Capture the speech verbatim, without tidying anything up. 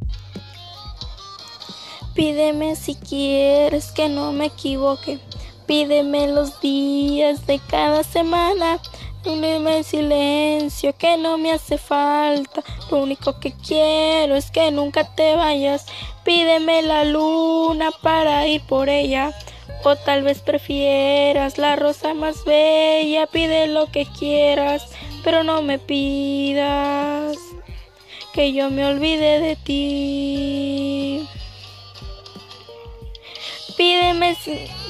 Pídeme si quieres que no me equivoque. Pídeme los días de cada semana. Pídeme el silencio que no me hace falta. Lo único que quiero es que nunca te vayas. Pídeme la luna para ir por ella. O tal vez prefieras la rosa más bella. Pide lo que quieras, pero no me pidas que yo me olvide de ti. Pídeme si